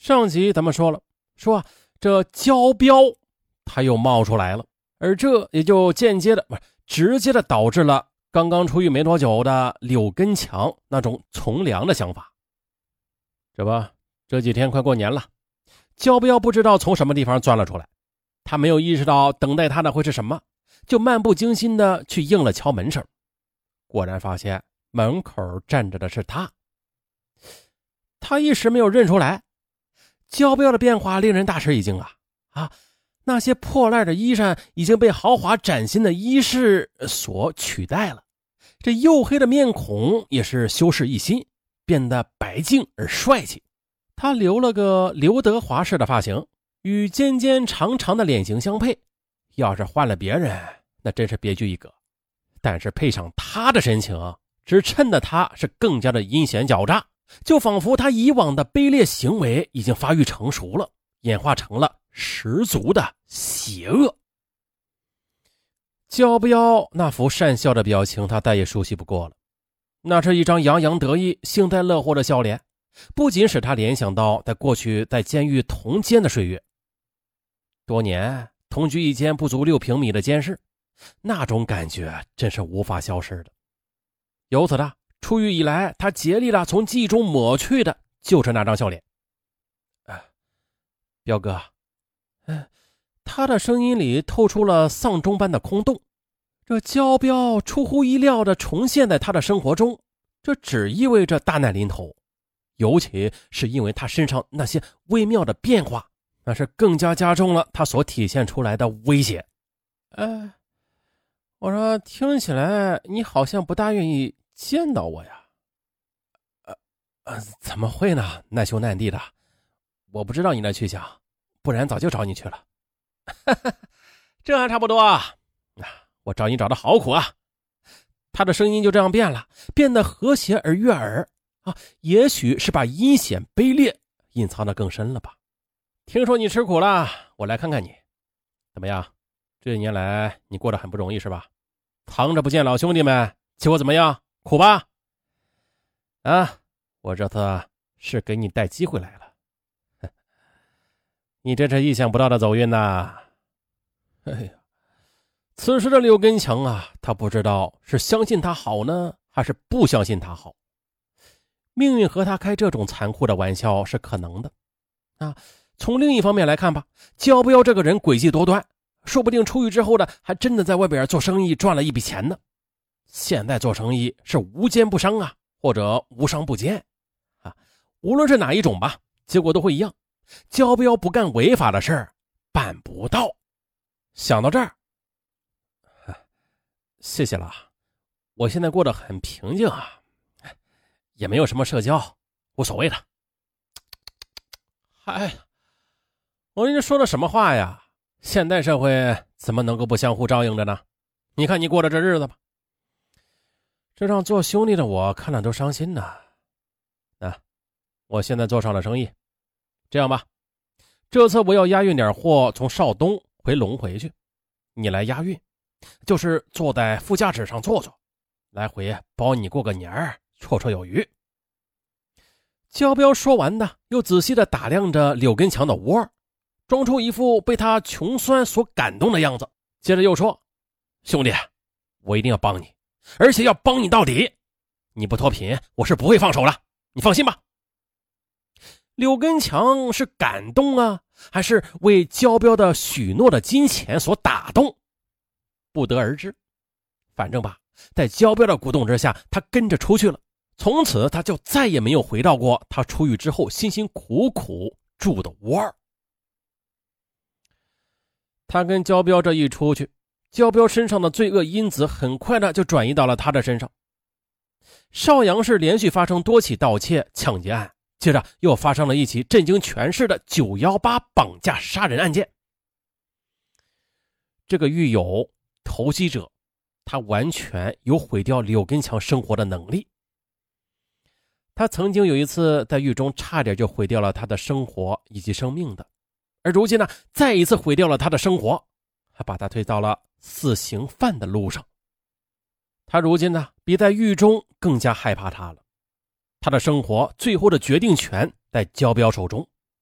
上集咱们说了，这焦彪他又冒出来了，而这也就直接的导致了刚刚出狱没多久的柳根强那种从良的想法。这几天快过年了，焦彪不知道从什么地方钻了出来，他没有意识到等待他的会是什么，就漫不经心的去应了敲门声。果然发现门口站着的是他一时没有认出来。焦彪的变化令人大吃一惊那些破烂的衣衫已经被豪华崭新的衣饰所取代了，这黝黑的面孔也是修饰一新，变得白净而帅气。他留了个刘德华式的发型，与尖尖长长的脸型相配，要是换了别人那真是别具一格，但是配上他的神情，只衬得他是更加的阴险狡诈，就仿佛他以往的卑劣行为已经发育成熟了，演化成了十足的邪恶。焦彪那副善笑的表情他再也熟悉不过了，那是一张洋洋得意幸灾乐祸的笑脸，不仅使他联想到在过去在监狱同监的岁月，多年同居一间不足6平米的监室，那种感觉真是无法消失的。由此出狱以来，他竭力的从记忆中抹去的就是那张笑脸。彪哥，他的声音里透出了丧钟般的空洞。这焦彪出乎意料的重现在他的生活中，这只意味着大难临头，尤其是因为他身上那些微妙的变化，那是更加加重了他所体现出来的威胁。我说听起来你好像不大愿意见到我呀。怎么会呢，难兄难弟的，我不知道你的去向，不然早就找你去了。这还差不多我找你找的好苦啊。他的声音就这样变了，变得和谐而悦耳也许是把阴险卑劣隐藏得更深了吧。听说你吃苦了，我来看看你怎么样。这些年来你过得很不容易是吧？藏着不见老兄弟们，结果怎么样？苦吧？我这次是给你带机会来了。你这是意想不到的走运呐。此时的柳根强他不知道是相信他好呢，还是不相信他好。命运和他开这种残酷的玩笑是可能的从另一方面来看吧，焦彪这个人诡计多端，说不定出狱之后呢，还真的在外边做生意赚了一笔钱呢。现在做生意是无奸不商或者无商不奸无论是哪一种吧，结果都会一样。焦彪不干违法的事儿，办不到。想到这儿，谢谢了，我现在过得很平静也没有什么社交，无所谓的。我跟你说的什么话呀？现代社会怎么能够不相互照应着呢？你看你过的这日子吧，这让做兄弟的我看了都伤心呢。我现在做上了生意，这样吧，这次我要押运点货从邵东回龙回去，你来押运，就是坐在副驾驶上坐坐，来回包你过个年儿，绰绰有余。焦彪说完的，又仔细的打量着柳根强的窝，装出一副被他穷酸所感动的样子，接着又说：兄弟，我一定要帮你，而且要帮你到底，你不脱贫我是不会放手了，你放心吧。柳根强是感动还是为焦彪的许诺的金钱所打动，不得而知。反正吧，在焦彪的鼓动之下，他跟着出去了，从此他就再也没有回到过他出狱之后辛辛苦苦住的窝儿。他跟焦彪这一出去，焦彪身上的罪恶因子很快的就转移到了他的身上。邵阳市连续发生多起盗窃抢劫案，接着又发生了一起震惊全市的918绑架杀人案件。这个狱友投机者，他完全有毁掉柳根强生活的能力。他曾经有一次在狱中差点就毁掉了他的生活以及生命的，而如今呢，再一次毁掉了他的生活，还把他推到了死刑犯的路上。他如今呢，比在狱中更加害怕他了。他的生活最后的决定权在焦彪手中，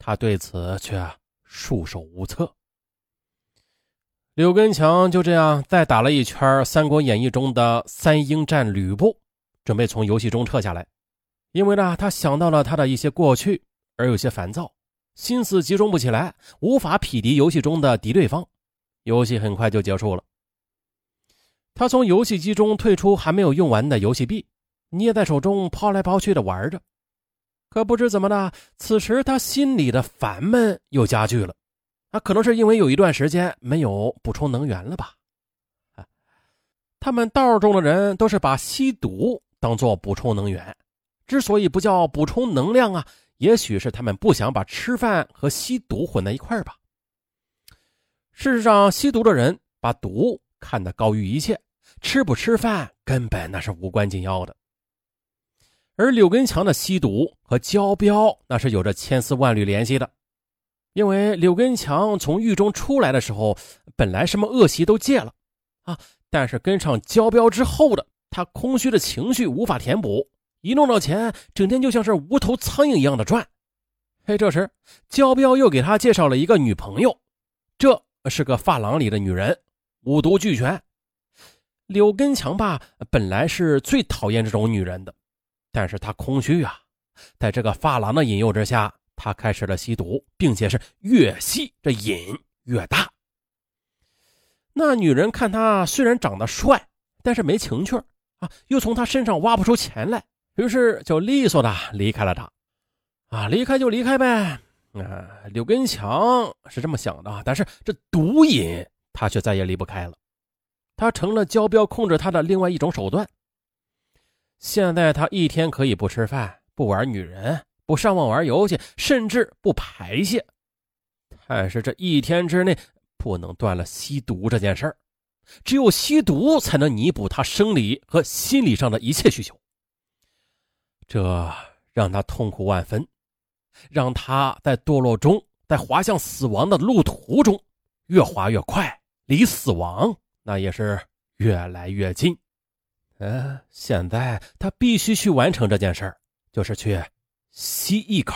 他对此却束手无策。柳根强就这样再打了一圈《三国演义》中的三英战吕布，准备从游戏中撤下来。因为呢，他想到了他的一些过去，而有些烦躁，心思集中不起来，无法匹敌游戏中的敌对方。游戏很快就结束了。他从游戏机中退出还没有用完的游戏币，捏在手中抛来抛去的玩着。可不知怎么的，此时他心里的烦闷又加剧了。可能是因为有一段时间没有补充能源了吧。他们道中的人都是把吸毒当作补充能源，之所以不叫补充能量啊，也许是他们不想把吃饭和吸毒混在一块儿吧。事实上，吸毒的人把毒看得高于一切，吃不吃饭根本那是无关紧要的。而柳根强的吸毒和焦彪那是有着千丝万缕联系的。因为柳根强从狱中出来的时候，本来什么恶习都戒了但是跟上焦彪之后的他空虚的情绪无法填补，一弄到钱，整天就像是无头苍蝇一样的转。这时焦彪又给他介绍了一个女朋友，这是个发廊里的女人，五毒俱全。柳根强吧，本来是最讨厌这种女人的，但是他空虚在这个发廊的引诱之下，他开始了吸毒，并且是越吸这瘾越大。那女人看他虽然长得帅，但是没情趣又从他身上挖不出钱来，于是就利索的离开了他离开就离开呗。柳根强是这么想的，但是这毒瘾他却再也离不开了，他成了焦彪控制他的另外一种手段。现在他一天可以不吃饭，不玩女人，不上网玩游戏，甚至不排泄，但是这一天之内不能断了吸毒这件事儿，只有吸毒才能弥补他生理和心理上的一切需求。这让他痛苦万分，让他在堕落中，在滑向死亡的路途中越滑越快，离死亡那也是越来越近。现在他必须去完成这件事儿，就是去吸一口。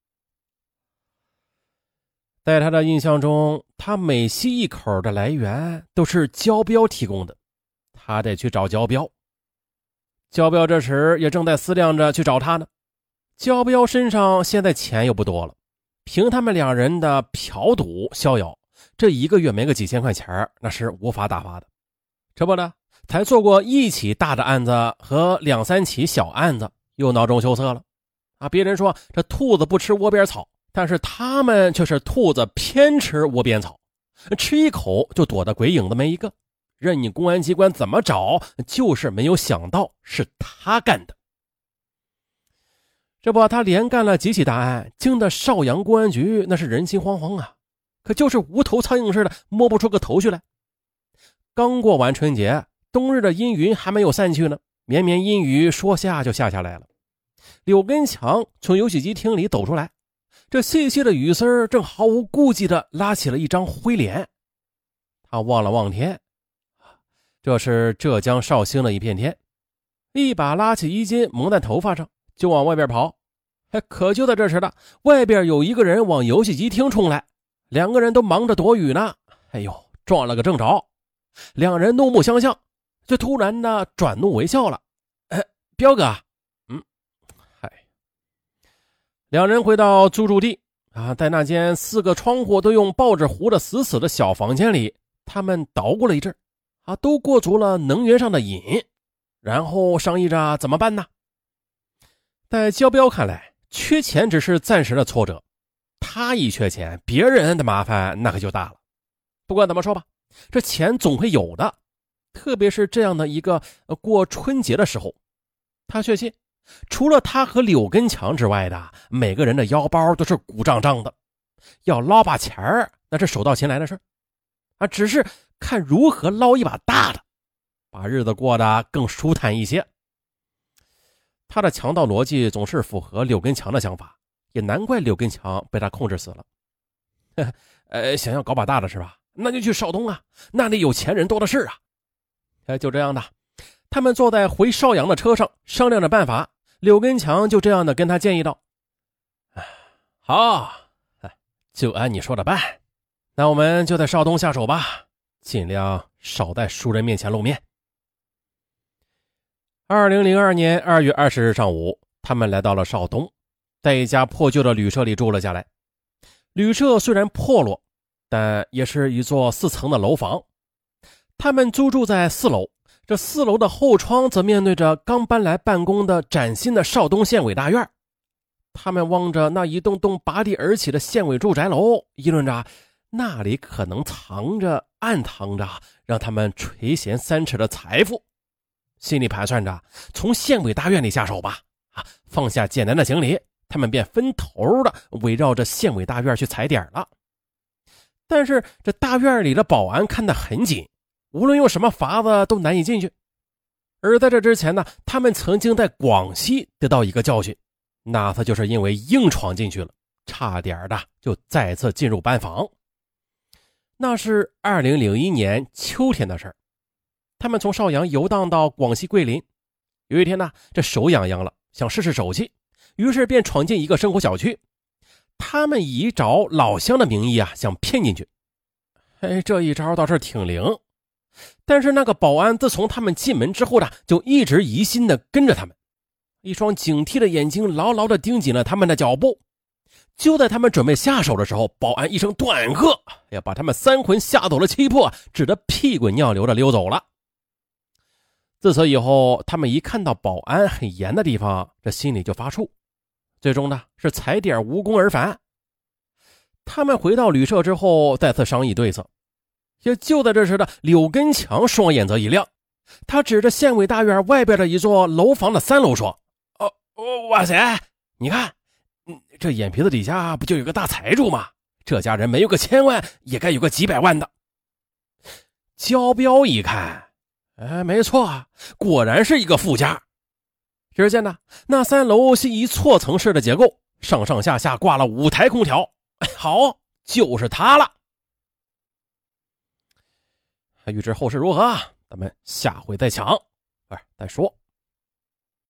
在他的印象中，他每吸一口的来源都是焦彪提供的，他得去找焦彪。焦彪这时也正在思量着去找他呢。焦彪身上现在钱又不多了，凭他们两人的嫖赌逍遥，这一个月没个几千块钱那是无法打发的。这不呢，才做过一起大的案子和两三起小案子，又恼中羞涩了别人说这兔子不吃窝边草，但是他们却是兔子偏吃窝边草，吃一口就躲得鬼影子没一个，任你公安机关怎么找，就是没有想到是他干的。这不，他连干了几起大案，惊得邵阳公安局那是人心惶惶可就是无头苍蝇似的摸不出个头绪来。刚过完春节，冬日的阴云还没有散去呢，绵绵阴雨说下就下下来了。柳根强从游戏机厅里走出来，这细细的雨丝正毫无顾忌地拉起了一张灰脸。他望了望天，这是浙江绍兴的一片天，一把拉起衣襟蒙在头发上，就往外边跑。可就在这时的，外边有一个人往游戏机厅冲来，两个人都忙着躲雨呢。撞了个正着，两人怒目相向，就突然的转怒为笑了。彪哥，两人回到租住地在那间4个窗户都用报纸糊得死死的小房间里，他们捣鼓了一阵都过足了能源上的瘾，然后商议着怎么办呢？在焦彪看来，缺钱只是暂时的挫折，他一缺钱，别人的麻烦那可就大了。不管怎么说吧，这钱总会有的，特别是这样的一个过春节的时候。他确信除了他和柳根强之外的每个人的腰包都是鼓胀胀的，要捞把钱儿那是手到擒来的事只是看如何捞一把大的，把日子过得更舒坦一些。他的强盗逻辑总是符合柳根强的想法，也难怪柳根强被他控制死了。想要搞把大的是吧？那就去邵东那里有钱人多的是就这样的，他们坐在回邵阳的车上商量着办法。柳根强就这样的跟他建议道：好， 就按你说的办，那我们就在邵东下手吧，尽量少在熟人面前露面。2002年2月20日上午，他们来到了邵东，在一家破旧的旅社里住了下来。旅社虽然破落，但也是一座4层的楼房。他们租住在4楼，这4楼的后窗则面对着刚搬来办公的崭新的邵东县委大院。他们望着那一栋栋拔地而起的县委住宅楼，议论着那里可能暗藏着让他们垂涎3尺的财富。心里盘算着从县委大院里下手吧，放下简单的行李，他们便分头的围绕着县委大院去踩点了。但是这大院里的保安看得很紧，无论用什么法子都难以进去。而在这之前呢，他们曾经在广西得到一个教训，那他就是因为硬闯进去了，差点的就再次进入班房。那是2001年秋天的事儿。他们从邵阳游荡到广西桂林，有一天呢，这手痒痒了，想试试手气，于是便闯进一个生活小区。他们以找老乡的名义想骗进去。这一招倒是挺灵。但是那个保安自从他们进门之后呢，就一直疑心的跟着他们，一双警惕的眼睛牢牢的盯紧了他们的脚步。就在他们准备下手的时候，保安一声短喝，把他们3魂吓走了7魄，只得屁滚尿流的溜走了。自此以后，他们一看到保安很严的地方，这心里就发怵，最终呢是踩点无功而返。他们回到旅社之后再次商议对策，也就在这时的柳根强双眼则一亮，他指着县委大院外边的一座楼房的3楼说：哇塞，你看这眼皮子底下不就有个大财主吗？这家人没有个1000万也该有个几百万的。焦彪一看，没错，果然是一个富家。只见呢，那3楼是一错层式的结构，上上下下挂了5台空调。好，就是他了。欲知后事如何，咱们下回再讲。再说。